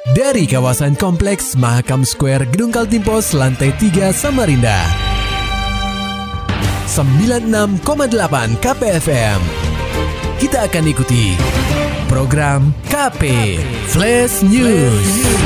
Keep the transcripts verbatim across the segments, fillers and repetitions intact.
Dari kawasan Kompleks Mahakam Square Gedung Kaltimpos lantai tiga Samarinda. sembilan puluh enam koma delapan K P F M. Kita akan ikuti program K P Flash News.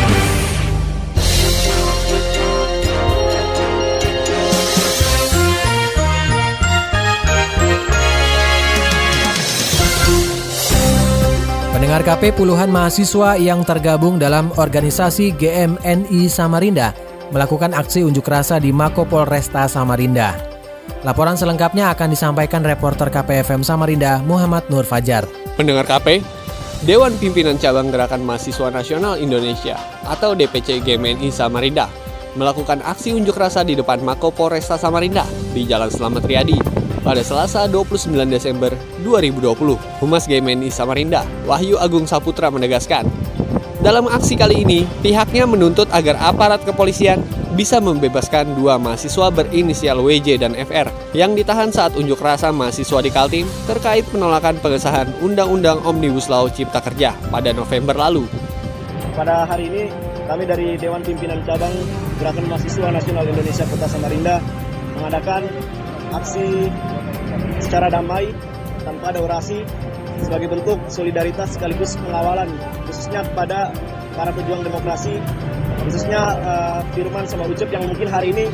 Pendengar K P, puluhan mahasiswa yang tergabung dalam organisasi G M N I Samarinda melakukan aksi unjuk rasa di Mako Polresta Samarinda. Laporan selengkapnya akan disampaikan reporter K P F M Samarinda Muhammad Nur Fajar. Pendengar K P, Dewan Pimpinan Cabang Gerakan Mahasiswa Nasional Indonesia atau D P C G M N I Samarinda melakukan aksi unjuk rasa di depan Mako Polresta Samarinda di Jalan Slamet Riyadi pada Selasa dua puluh sembilan Desember dua ribu dua puluh. Humas G M N I Samarinda, Wahyu Agung Saputra menegaskan, dalam aksi kali ini pihaknya menuntut agar aparat kepolisian bisa membebaskan dua mahasiswa berinisial W J dan F R yang ditahan saat unjuk rasa mahasiswa di Kaltim terkait penolakan pengesahan Undang-Undang Omnibus Law Cipta Kerja pada November lalu. Pada hari ini kami dari Dewan Pimpinan Cabang Gerakan Mahasiswa Nasional Indonesia Kota Samarinda mengadakan aksi secara damai tanpa ada orasi sebagai bentuk solidaritas sekaligus pengawalan khususnya kepada para pejuang demokrasi, khususnya uh, Firman sama Ucep yang mungkin hari ini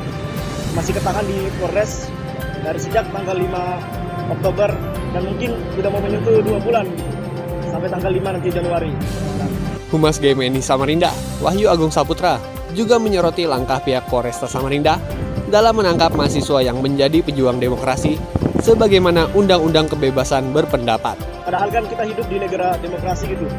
masih ketahan di Polres dari sejak tanggal lima Oktober dan mungkin sudah mau menyentuh dua bulan sampai tanggal lima nanti Januari. Humas G M N I Samarinda, Wahyu Agung Saputra, juga menyoroti langkah pihak Polresta Samarinda dalam menangkap mahasiswa yang menjadi pejuang demokrasi sebagaimana Undang-Undang Kebebasan Berpendapat. Padahal kan kita hidup di negara demokrasi gitu.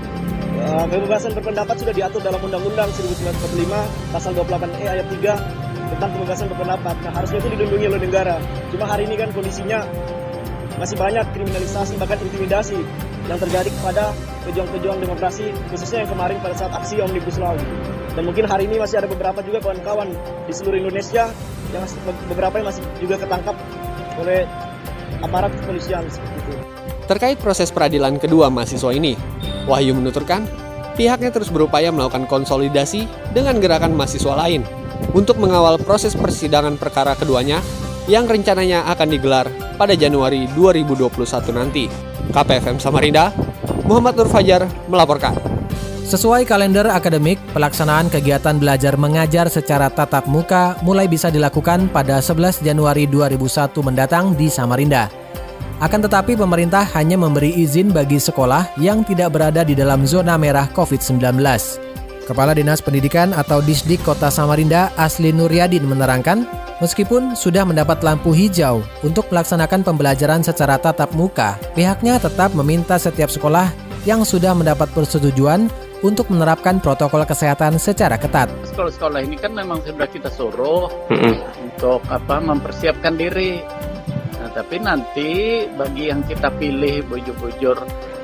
Uh, kebebasan berpendapat sudah diatur dalam Undang-Undang seribu sembilan ratus empat puluh lima pasal dua puluh delapan E ayat tiga tentang kebebasan berpendapat. Nah, harusnya itu dilindungi oleh negara. Cuma hari ini kan kondisinya masih banyak kriminalisasi bahkan intimidasi yang terjadi kepada pejuang-pejuang demokrasi, khususnya yang kemarin pada saat aksi Omnibus Law. Dan mungkin hari ini masih ada beberapa juga kawan-kawan di seluruh Indonesia yang beberapa yang masih juga ketangkap oleh aparat kepolisian seperti itu. Terkait proses peradilan kedua mahasiswa ini, Wahyu menuturkan pihaknya terus berupaya melakukan konsolidasi dengan gerakan mahasiswa lain untuk mengawal proses persidangan perkara keduanya yang rencananya akan digelar pada Januari dua ribu dua puluh satu nanti. K P F M Samarinda, Muhammad Nur Fajar melaporkan. Sesuai kalender akademik, pelaksanaan kegiatan belajar mengajar secara tatap muka mulai bisa dilakukan pada sebelas Januari dua ribu satu mendatang di Samarinda. Akan tetapi pemerintah hanya memberi izin bagi sekolah yang tidak berada di dalam zona merah covid sembilan belas. Kepala Dinas Pendidikan atau Disdik Kota Samarinda, Asli Nuryadin menerangkan, meskipun sudah mendapat lampu hijau untuk melaksanakan pembelajaran secara tatap muka, pihaknya tetap meminta setiap sekolah yang sudah mendapat persetujuan untuk menerapkan protokol kesehatan secara ketat. Sekolah-sekolah ini kan memang sudah kita suruh mm-hmm. untuk apa mempersiapkan diri. Nah, tapi nanti bagi yang kita pilih bujur-bujur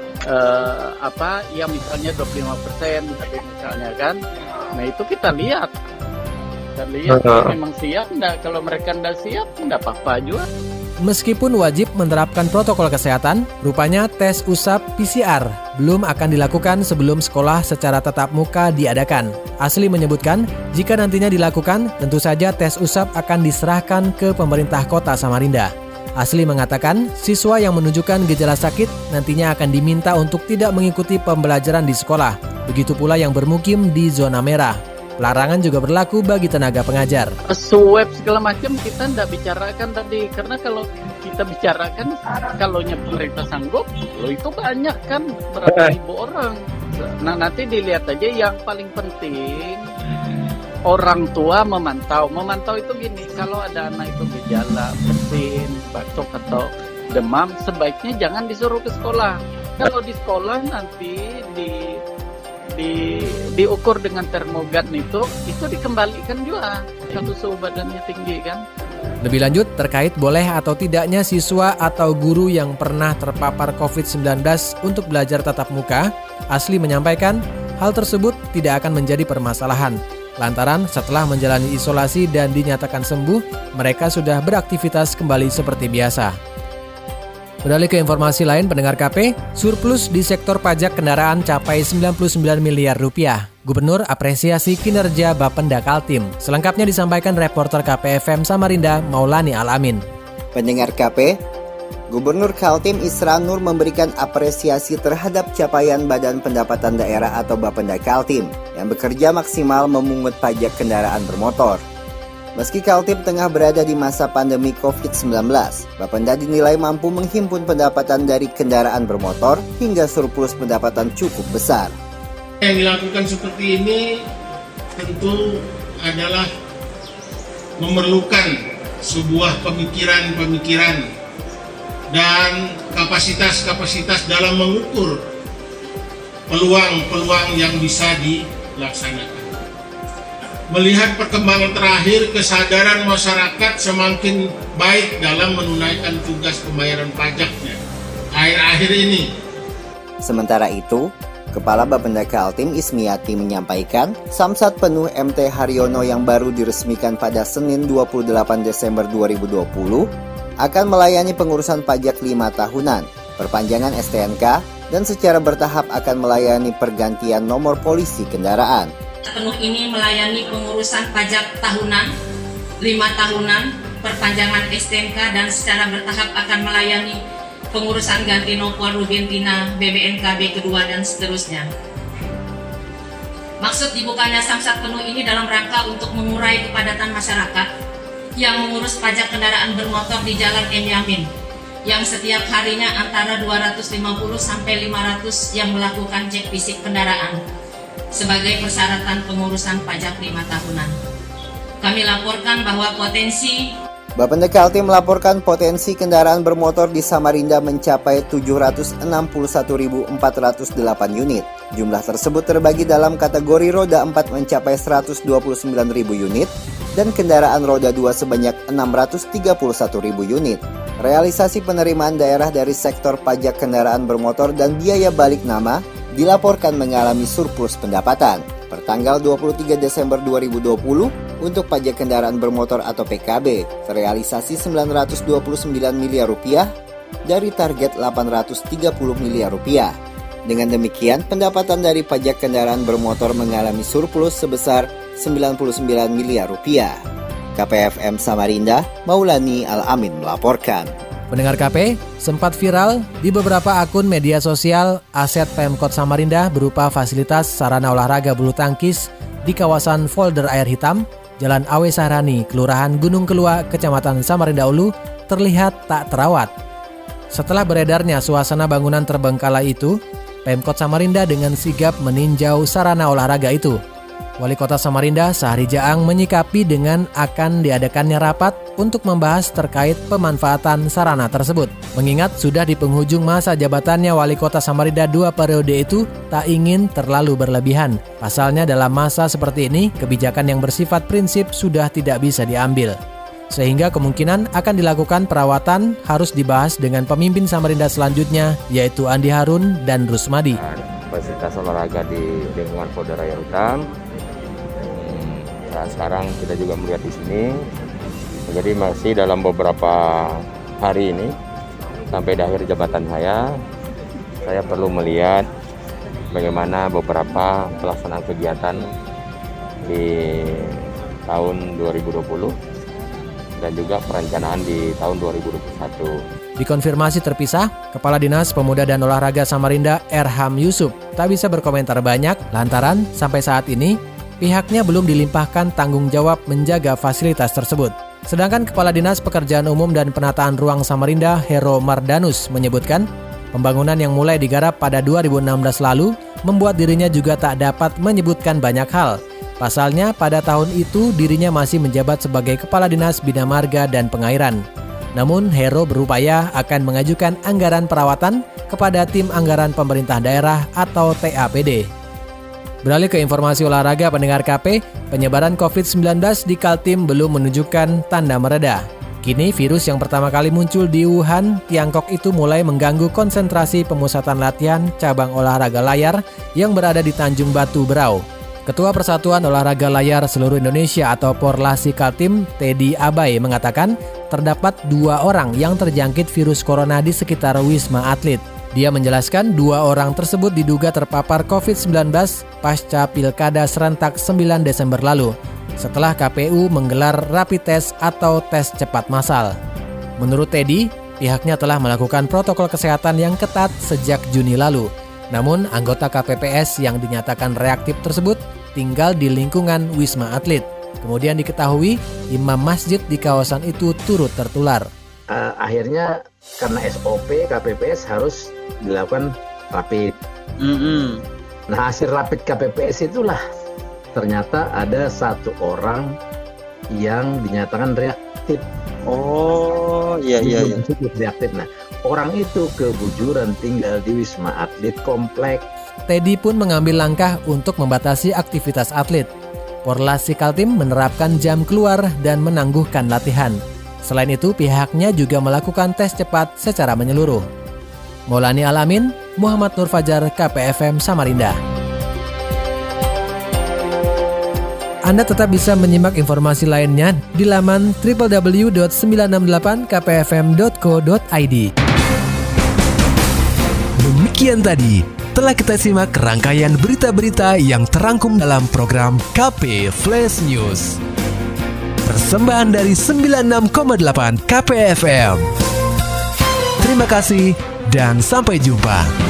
uh, apa yang misalnya dua puluh lima persen tapi misalnya kan, nah itu kita lihat. Kita lihat uh-huh. memang siap enggak. Kalau mereka enggak siap enggak apa-apa juga. Meskipun wajib menerapkan protokol kesehatan, rupanya tes usap P C R belum akan dilakukan sebelum sekolah secara tatap muka diadakan. Asli menyebutkan, jika nantinya dilakukan, tentu saja tes usap akan diserahkan ke pemerintah kota Samarinda. Asli mengatakan, siswa yang menunjukkan gejala sakit nantinya akan diminta untuk tidak mengikuti pembelajaran di sekolah. Begitu pula yang bermukim di zona merah. Larangan juga berlaku bagi tenaga pengajar. Swab segala macam kita tidak bicarakan tadi, karena kalau kita bicarakan, kalau pemerintah sanggup, lo itu banyak kan, berapa ribu orang. Nah nanti dilihat aja yang paling penting, orang tua memantau. Memantau itu gini, kalau ada anak itu gejala, bersin, batuk atau demam, sebaiknya jangan disuruh ke sekolah. Kalau di sekolah nanti di Di, diukur dengan termogan itu, itu dikembalikan juga kalau suhu badannya tinggi kan. Lebih lanjut, terkait boleh atau tidaknya siswa atau guru yang pernah terpapar covid sembilan belas untuk belajar tatap muka, Asli menyampaikan hal tersebut tidak akan menjadi permasalahan. Lantaran setelah menjalani isolasi dan dinyatakan sembuh, mereka sudah beraktivitas kembali seperti biasa. Beralih ke informasi lain, pendengar K P, surplus di sektor pajak kendaraan capai sembilan puluh sembilan miliar rupiah. Gubernur apresiasi kinerja Bapenda Kaltim. Selengkapnya disampaikan reporter K P F M Samarinda, Maulani Alamin. Pendengar K P, Gubernur Kaltim Isra Nur memberikan apresiasi terhadap capaian Badan Pendapatan Daerah atau Bapenda Kaltim yang bekerja maksimal memungut pajak kendaraan bermotor. Meski Kaltim tengah berada di masa pandemi covid sembilan belas, Bapenda dinilai mampu menghimpun pendapatan dari kendaraan bermotor hingga surplus pendapatan cukup besar. Yang dilakukan seperti ini tentu adalah memerlukan sebuah pemikiran-pemikiran dan kapasitas-kapasitas dalam mengukur peluang-peluang yang bisa dilaksanakan. Melihat perkembangan terakhir, kesadaran masyarakat semakin baik dalam menunaikan tugas pembayaran pajaknya akhir-akhir ini. Sementara itu, Kepala Bapenda Kaltim Ismiati menyampaikan, Samsat penuh M T Haryono yang baru diresmikan pada Senin dua puluh delapan Desember dua ribu dua puluh akan melayani pengurusan pajak lima tahunan, perpanjangan S T N K, dan secara bertahap akan melayani pergantian nomor polisi kendaraan. Penuh ini melayani pengurusan pajak tahunan, lima tahunan, perpanjangan S T N K, dan secara bertahap akan melayani pengurusan ganti nomor Rugentina B B N K B kedua dan seterusnya. Maksud dibukanya Samsat penuh ini dalam rangka untuk mengurai kepadatan masyarakat yang mengurus pajak kendaraan bermotor di Jalan M. Yamin, yang setiap harinya antara dua ratus lima puluh sampai lima ratus yang melakukan cek fisik kendaraan sebagai persyaratan pengurusan pajak lima tahunan. Kami laporkan bahwa potensi Bapenda Kaltim melaporkan potensi kendaraan bermotor di Samarinda mencapai tujuh ratus enam puluh satu ribu empat ratus delapan unit. Jumlah tersebut terbagi dalam kategori roda empat mencapai seratus dua puluh sembilan ribu unit dan kendaraan roda dua sebanyak enam ratus tiga puluh satu ribu unit. Realisasi penerimaan daerah dari sektor pajak kendaraan bermotor dan biaya balik nama dilaporkan mengalami surplus pendapatan. Pertanggal dua puluh tiga Desember dua ribu dua puluh, untuk pajak kendaraan bermotor atau P K B terrealisasi sembilan ratus dua puluh sembilan miliar rupiah dari target delapan ratus tiga puluh miliar rupiah. Dengan demikian, pendapatan dari pajak kendaraan bermotor mengalami surplus sebesar sembilan puluh sembilan miliar rupiah. K P F M Samarinda, Maulani Al-Amin melaporkan. Pendengar K P, sempat viral di beberapa akun media sosial aset Pemkot Samarinda berupa fasilitas sarana olahraga bulu tangkis di kawasan Folder Air Hitam, Jalan Awe Sahrani, Kelurahan Gunung Kelua, Kecamatan Samarinda Ulu, terlihat tak terawat. Setelah beredarnya suasana bangunan terbengkalai itu, Pemkot Samarinda dengan sigap meninjau sarana olahraga itu. Wali Kota Samarinda, Sahri Jaang, menyikapi dengan akan diadakannya rapat untuk membahas terkait pemanfaatan sarana tersebut. Mengingat sudah di penghujung masa jabatannya Wali Kota Samarinda dua periode itu tak ingin terlalu berlebihan. Pasalnya dalam masa seperti ini, kebijakan yang bersifat prinsip sudah tidak bisa diambil. Sehingga kemungkinan akan dilakukan perawatan harus dibahas dengan pemimpin Samarinda selanjutnya, yaitu Andi Harun dan Rusmadi. Fasilitas olahraga di lingkungan Folder Air Hitam. Nah, sekarang kita juga melihat di sini. Jadi masih dalam beberapa hari ini sampai di akhir jabatan saya, saya perlu melihat bagaimana beberapa pelaksanaan kegiatan di tahun dua ribu dua puluh dan juga perencanaan di tahun dua ribu dua puluh satu. Dikonfirmasi terpisah, Kepala Dinas Pemuda dan Olahraga Samarinda Erham Yusuf tak bisa berkomentar banyak lantaran sampai saat ini pihaknya belum dilimpahkan tanggung jawab menjaga fasilitas tersebut. Sedangkan Kepala Dinas Pekerjaan Umum dan Penataan Ruang Samarinda Hero Mardanus menyebutkan, pembangunan yang mulai digarap pada dua ribu enam belas lalu membuat dirinya juga tak dapat menyebutkan banyak hal. Pasalnya pada tahun itu dirinya masih menjabat sebagai Kepala Dinas Bina Marga dan Pengairan. Namun Hero berupaya akan mengajukan anggaran perawatan kepada tim anggaran pemerintah daerah atau T A P D. Beralih ke informasi olahraga, pendengar K P, penyebaran covid sembilan belas di Kaltim belum menunjukkan tanda mereda. Kini virus yang pertama kali muncul di Wuhan, Tiongkok itu mulai mengganggu konsentrasi pemusatan latihan cabang olahraga layar yang berada di Tanjung Batu, Berau. Ketua Persatuan Olahraga Layar Seluruh Indonesia atau Porlasi Kaltim, Teddy Abai, mengatakan terdapat dua orang yang terjangkit virus corona di sekitar Wisma Atlet. Dia menjelaskan dua orang tersebut diduga terpapar covid sembilan belas pasca Pilkada serentak sembilan Desember lalu, setelah K P U menggelar rapid test atau tes cepat massal. Menurut Teddy, pihaknya telah melakukan protokol kesehatan yang ketat sejak Juni lalu. Namun, anggota K P P S yang dinyatakan reaktif tersebut tinggal di lingkungan Wisma Atlet. Kemudian diketahui imam masjid di kawasan itu turut tertular. Uh, akhirnya karena S O P K P P S harus dilakukan rapid. Mm-hmm. Nah, hasil rapid K P P S itulah ternyata ada satu orang yang dinyatakan reaktif. Oh, iya iya iya. Reaktif. Nah, orang itu kebujuran tinggal di Wisma Atlet komplek. Teddy pun mengambil langkah untuk membatasi aktivitas atlet. Porlasi Kaltim menerapkan jam keluar dan menangguhkan latihan. Selain itu, pihaknya juga melakukan tes cepat secara menyeluruh. Maulani Alamin, Muhammad Nur Fajar, K P F M Samarinda. Anda tetap bisa menyimak informasi lainnya di laman w w w dot sembilan enam delapan k p f m dot co dot i d. Demikian tadi telah kita simak rangkaian berita-berita yang terangkum dalam program K P Flash News. Persembahan dari sembilan puluh enam koma delapan K P F M. Terima kasih dan sampai jumpa.